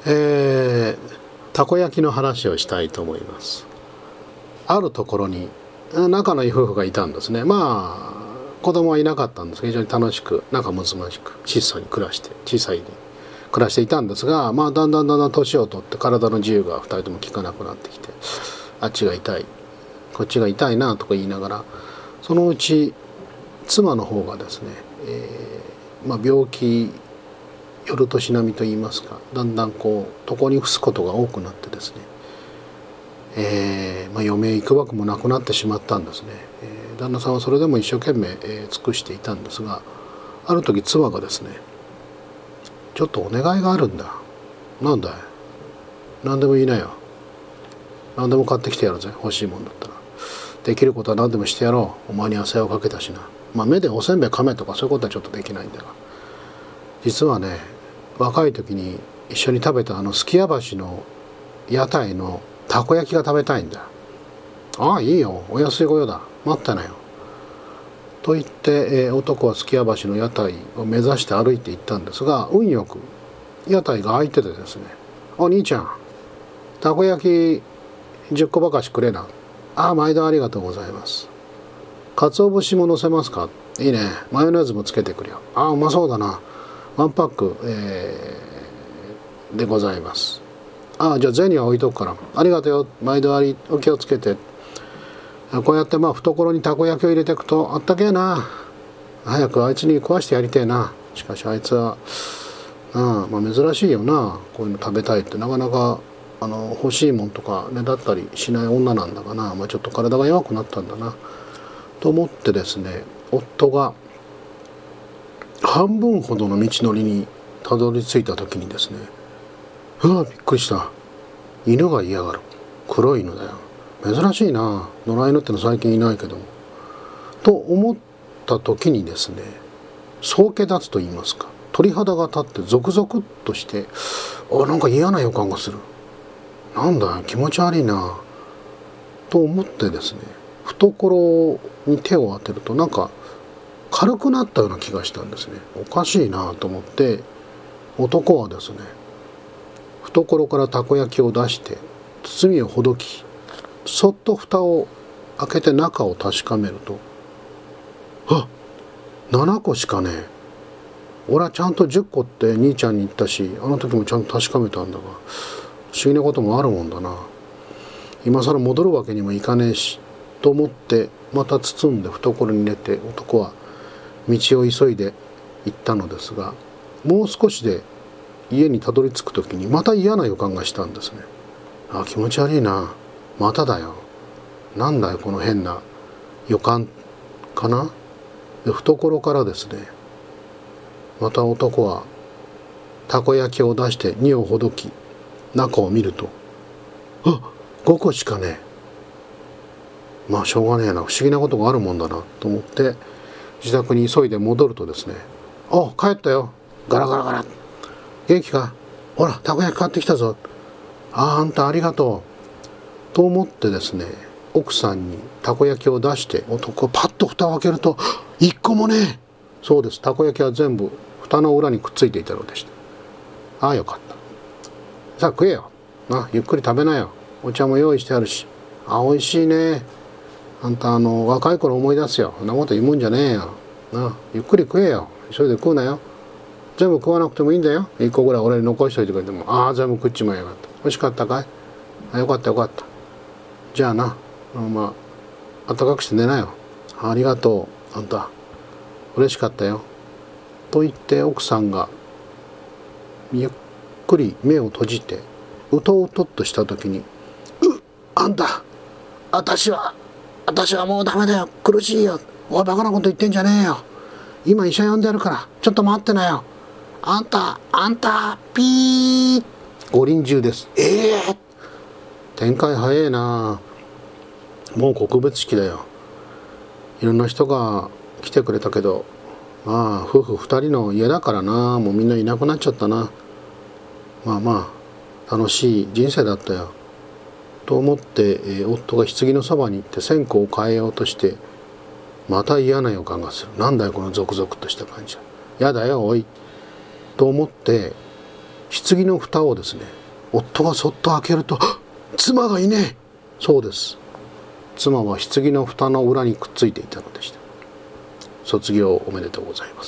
たこ焼きの話をしたいと思います。あるところに仲のいい夫婦がいたんですね。まあ子供はいなかったんですが、非常に楽しく仲睦まじく質素に暮らして、小さいに暮らしていたんですが、まあだんだん年を取って体の自由が2人とも利かなくなってきて、あっちが痛いこっちが痛いなとか言いながら、そのうち妻の方がですね、病気、夜年並みといいますか、だんだん床に伏すことが多くなってですね、余命いくばくもなくなってしまったんですね。旦那さんはそれでも一生懸命、尽くしていたんですが、ある時妻がですね、ちょっとお願いがあるんだ。なんだい。何でも言いなよ。何でも買ってきてやるぜ、欲しいもんだったら。できることは何でもしてやろう。お前に汗をかけたしな。目でおせんべい噛めとかそういうことはちょっとできないんだが、実はね、若い時に一緒に食べたすきや橋の屋台のたこ焼きが食べたいんだ。ああいいよ、お安いご用だ、待ってなよ。と言って、男はすきや橋の屋台を目指して歩いていったんですが、運よく屋台が開いててですね、お兄ちゃん、たこ焼き10個ばかしくれな。ああ、毎度ありがとうございます。鰹節も乗せますか。いいね、マヨネーズもつけてくれよ。ああ、うまそうだな。ワンパック、でございます。ああ、じゃあ銭は置いとくから。ありがとうよ、毎度あり、お気をつけて。こうやって懐にたこ焼きを入れていくとあったけえな。早くあいつに食わしてやりてえな。しかしあいつは珍しいよな、こういうの食べたいって。なかなか欲しいもんとかねだったりしない女なんだがな、ちょっと体が弱くなったんだなと思ってですね、夫が半分ほどの道のりにたどり着いた時にですね、びっくりした。犬が嫌がる。黒い犬だよ。珍しいな、野良犬っての最近いないけども。と思った時にですね、総気立つと言いますか、鳥肌が立ってゾクゾクっとして、なんか嫌な予感がする。なんだよ、気持ち悪いなと思ってですね、懐に手を当てるとなんか軽くなったような気がしたんですね。おかしいなと思って、男はですね、懐からたこ焼きを出して包みをほどき、そっと蓋を開けて中を確かめると、7個しかねえ。俺はちゃんと10個って兄ちゃんに言ったし、あの時もちゃんと確かめたんだが、不思議なこともあるもんだな。今更戻るわけにもいかねえしと思って、また包んで懐に入れて、男は道を急いで行ったのですが、もう少しで家にたどり着く時にまた嫌な予感がしたんですね。気持ち悪いな、まただよ。なんだよこの変な予感かな。で、懐からですね、また男はたこ焼きを出して2をほどき、中を見ると、5個しかねえ。しょうがねえな、不思議なことがあるもんだなと思って自宅に急いで戻るとですね、帰ったよ。ガラガラガラ。元気か。ほら、たこ焼き買ってきたぞ。あんたありがとうと思ってですね、奥さんにたこ焼きを出して、男パッと蓋を開けると1個もねえ。そうです、たこ焼きは全部蓋の裏にくっついていたのでした。よかった。さあ食えよな、ゆっくり食べなよ。お茶も用意してあるし。美味しいね。あんた若い頃思い出すよ。そんなこと言うもんじゃねえよな。ゆっくり食えよ。急いで食うなよ。全部食わなくてもいいんだよ。1個ぐらい俺に残しといてくれても。全部食っちまいやがった。美味しかったかい。よかったよかった。じゃあな、暖かくして寝なよ。ありがとう、あんた嬉しかったよと言って、奥さんがゆっくり目を閉じてうとうとっとした時に、あんた、私はもうダメだよ、苦しいよ、おいバカなこと言ってんじゃねえよ、今医者呼んでやるからちょっと待ってなよ、あんたピー。五輪中です。展開早えな。もう告別式だよ。いろんな人が来てくれたけど、夫婦2人の家だからな、もうみんないなくなっちゃったな。楽しい人生だったよと思って、夫が棺のそばに行って線香を変えようとして、また嫌な予感がする。なんだよこのゾクゾクとした感じは。やだよおいと思って、 棺の蓋をですね、夫がそっと開けると「妻がいねえ!」そうです。妻は棺の蓋の裏にくっついていたのでした。卒業おめでとうございます。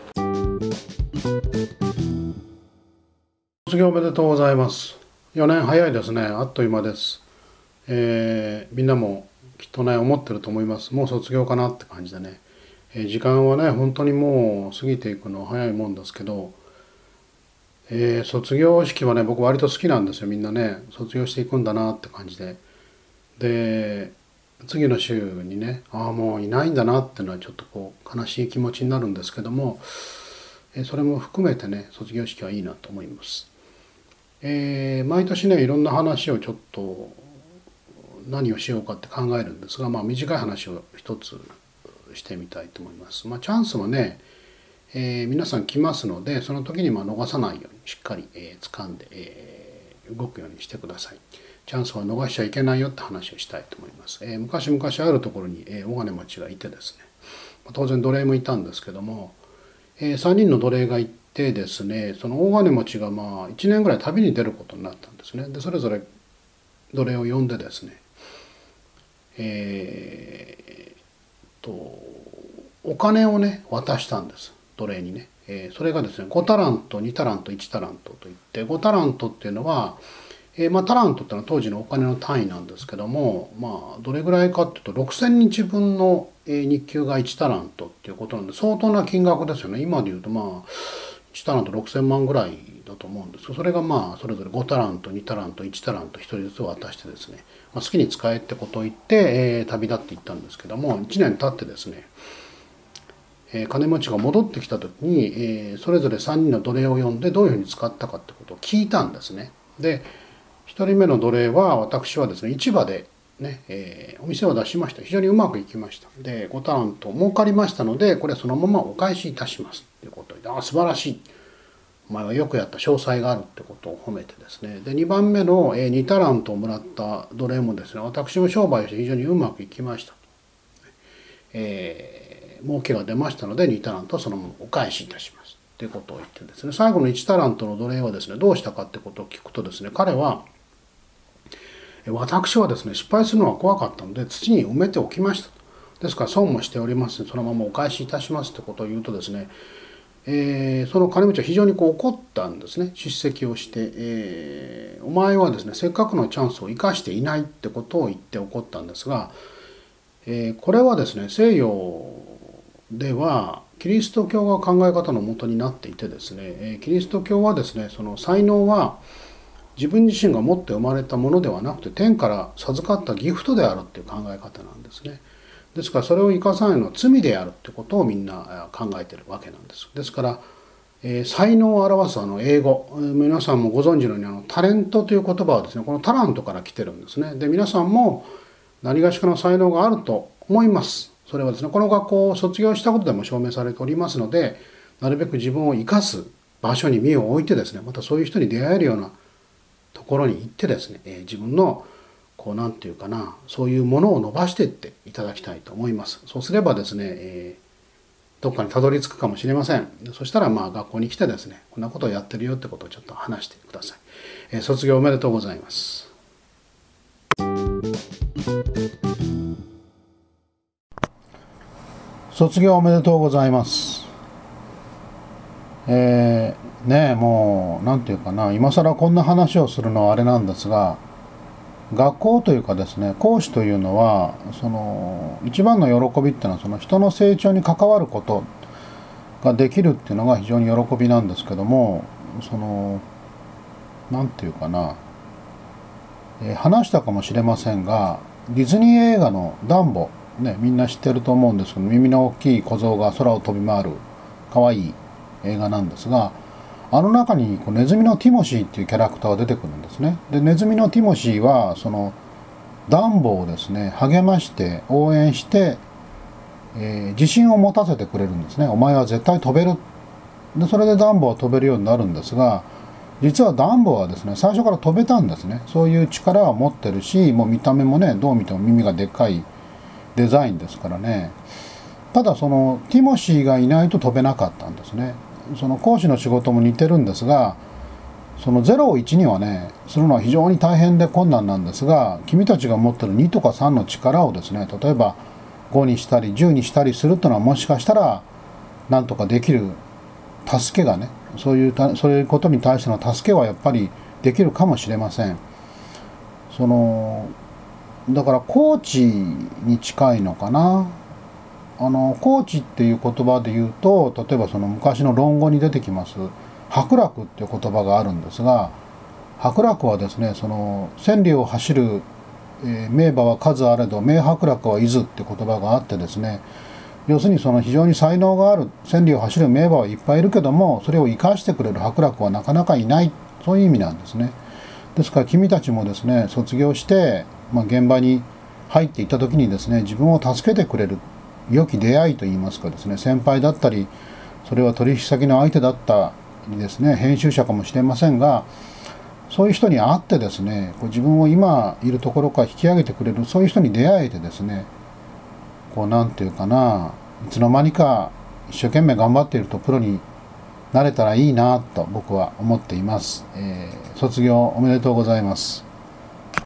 卒業おめでとうございます。4年早いですね。あっという間です。みんなもきっとね思ってると思います。もう卒業かなって感じでね、時間はね本当にもう過ぎていくの早いもんですけど、卒業式はね僕割と好きなんですよ。みんなね卒業していくんだなって感じで、で次の週にねもういないんだなっていうのはちょっとこう悲しい気持ちになるんですけども、それも含めてね卒業式はいいなと思います。毎年ねいろんな話をちょっと何をしようかって考えるんですが、短い話を一つしてみたいと思います。チャンスはね、皆さん来ますので、その時に逃さないようにしっかり、掴んで、動くようにしてください。チャンスは逃しちゃいけないよって話をしたいと思います。昔々あるところに、大金持ちがいてですね、当然奴隷もいたんですけども、3人の奴隷がいてですね、その大金持ちが1年ぐらい旅に出ることになったんですね。でそれぞれ奴隷を呼んでですね、お金をね渡したんです奴隷にね。それがですね5タラント2タラント1タラントといって、5タラントっていうのは、タラントっていうのは当時のお金の単位なんですけども、どれぐらいかっていうと6,000日分の日給が1タラントっていうことなんで相当な金額ですよね。今でいうと1タラント6,000万ぐらいだと思うんですけど、それがそれぞれ5タラント2タラント1タラント1人ずつ渡してですね、好きに使えってことを言って、旅立っていったんですけども、1年経ってですね、金持ちが戻ってきた時に、それぞれ3人の奴隷を呼んでどういうふうに使ったかってことを聞いたんですね。で1人目の奴隷は私はですね市場でね、お店を出しました。非常にうまくいきました。で5タラント儲かりましたので、これはそのままお返しいたしますということで、素晴らしい、お前はよくやった、詳細があるってことを褒めてですね、で2番目の2タラントをもらった奴隷もですね、私も商売をして非常にうまくいきました。儲けが出ましたので2タラントをそのままお返しいたしますということを言ってですね、最後の1タラントの奴隷はですねどうしたかってことを聞くとですね、彼は私はですね失敗するのは怖かったので土に埋めておきました。ですから損もしておりますのでそのままお返しいたしますということを言うとですね、その金持ちは非常に怒ったんですね。叱責をして、お前はですねせっかくのチャンスを生かしていないってことを言って怒ったんですが、これはですね西洋ではキリスト教が考え方のもとになっていてですね、キリスト教はですねその才能は自分自身が持って生まれたものではなくて天から授かったギフトであるっていう考え方なんですね。ですからそれを生かさないのは罪であるってことをみんな考えてるわけなんです。ですから、才能を表す英語、皆さんもご存知のようにタレントという言葉はですねこのタラントから来てるんですね。で皆さんも何がしかの才能があると思います。それはですねこの学校を卒業したことでも証明されておりますので、なるべく自分を生かす場所に身を置いてですね、またそういう人に出会えるようなところに行ってですね、自分の何て言うかな、そういうものを伸ばしていっていただきたいと思います。そうすればですね、どっかにたどり着くかもしれません。そしたら学校に来てですねこんなことをやってるよってことをちょっと話してください。卒業おめでとうございます。卒業おめでとうございます。もう何て言うかな、今更こんな話をするのはあれなんですが、学校というかですね講師というのはその一番の喜びっていうのはその人の成長に関わることができるっていうのが非常に喜びなんですけども、その何て言うかな、話したかもしれませんが、ディズニー映画のダンボね、みんな知ってると思うんですけど、耳の大きい小僧が空を飛び回る可愛い映画なんですが、あの中にネズミのティモシーっていうキャラクターが出てくるんですね。でネズミのティモシーはそのダンボをですね励まして応援して、自信を持たせてくれるんですね。お前は絶対飛べる。でそれでダンボは飛べるようになるんですが、実はダンボはですね最初から飛べたんですね。そういう力は持ってるし、もう見た目もねどう見ても耳がでっかいデザインですからね。ただそのティモシーがいないと飛べなかったんですね。その講師の仕事も似てるんですが、 その0を1にはねするのは非常に大変で困難なんですが、君たちが持ってる2とか3の力をですね、例えば5にしたり10にしたりするっていうのは、もしかしたらなんとかできる助けがね、そういうことに対しての助けはやっぱりできるかもしれません。だからコーチに近いのかな。コーチっていう言葉で言うと、例えばその昔の論語に出てきます伯楽っていう言葉があるんですが、伯楽はですね、千里を走る、名馬は数あれど名伯楽はいずって言葉があってですね、要するに非常に才能がある千里を走る名馬はいっぱいいるけども、それを生かしてくれる伯楽はなかなかいない、そういう意味なんですね。ですから君たちもですね、卒業して、現場に入っていった時にですね、自分を助けてくれる良き出会いといいますかですね、先輩だったり、それは取引先の相手だったりですね、編集者かもしれませんが、そういう人に会ってですね、自分を今いるところから引き上げてくれる、そういう人に出会えてですね、なんていうかな、いつの間にか一生懸命頑張っているとプロになれたらいいなと僕は思っています。卒業おめでとうございます。